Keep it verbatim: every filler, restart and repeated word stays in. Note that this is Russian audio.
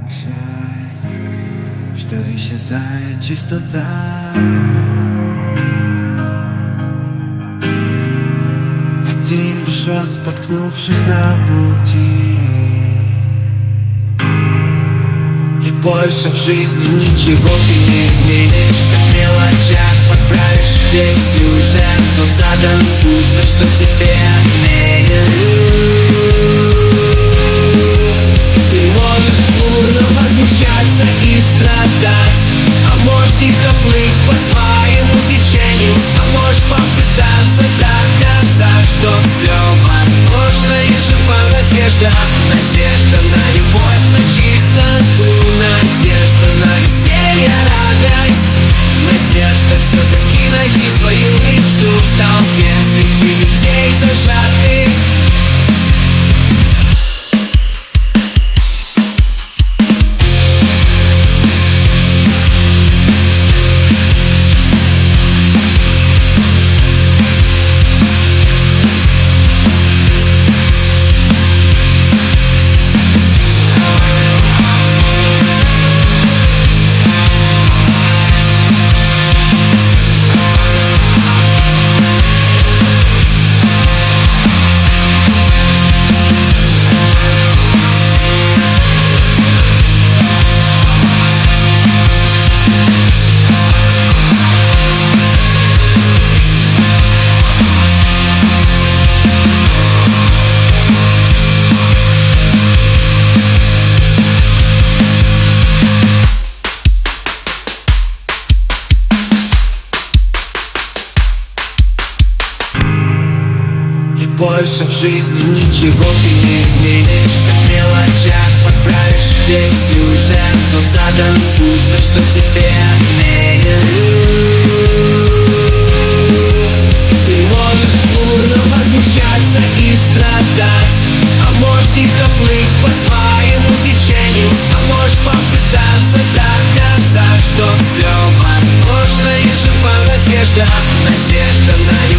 Жаль, что исчезает чистота. Один лишь раз споткнувшись на пути, и больше в жизни ничего ты не изменишь. Как в мелочах подправишь весь сюжет, но задан путь, на что тебе отменят. Ты можешь бурно возмущаться и страдать, а можешь тихо плыть по своему течению, а можешь попытаться доказать, что все возможно. И жива надежда, надежда на любовь, на чистоту, надежда на веселье, радость, надежда все-таки найти свою мечту в толпе среди людей зажатых. Больше в жизни ничего ты не изменишь. Как в мелочах подправишь весь сюжет, но задан путь, на что тебе отменят. Ты можешь бурно возмущаться и страдать, а можешь тихо плыть по своему течению, а можешь попытаться доказать, что все возможно. И жива надежда, надежда на любовь.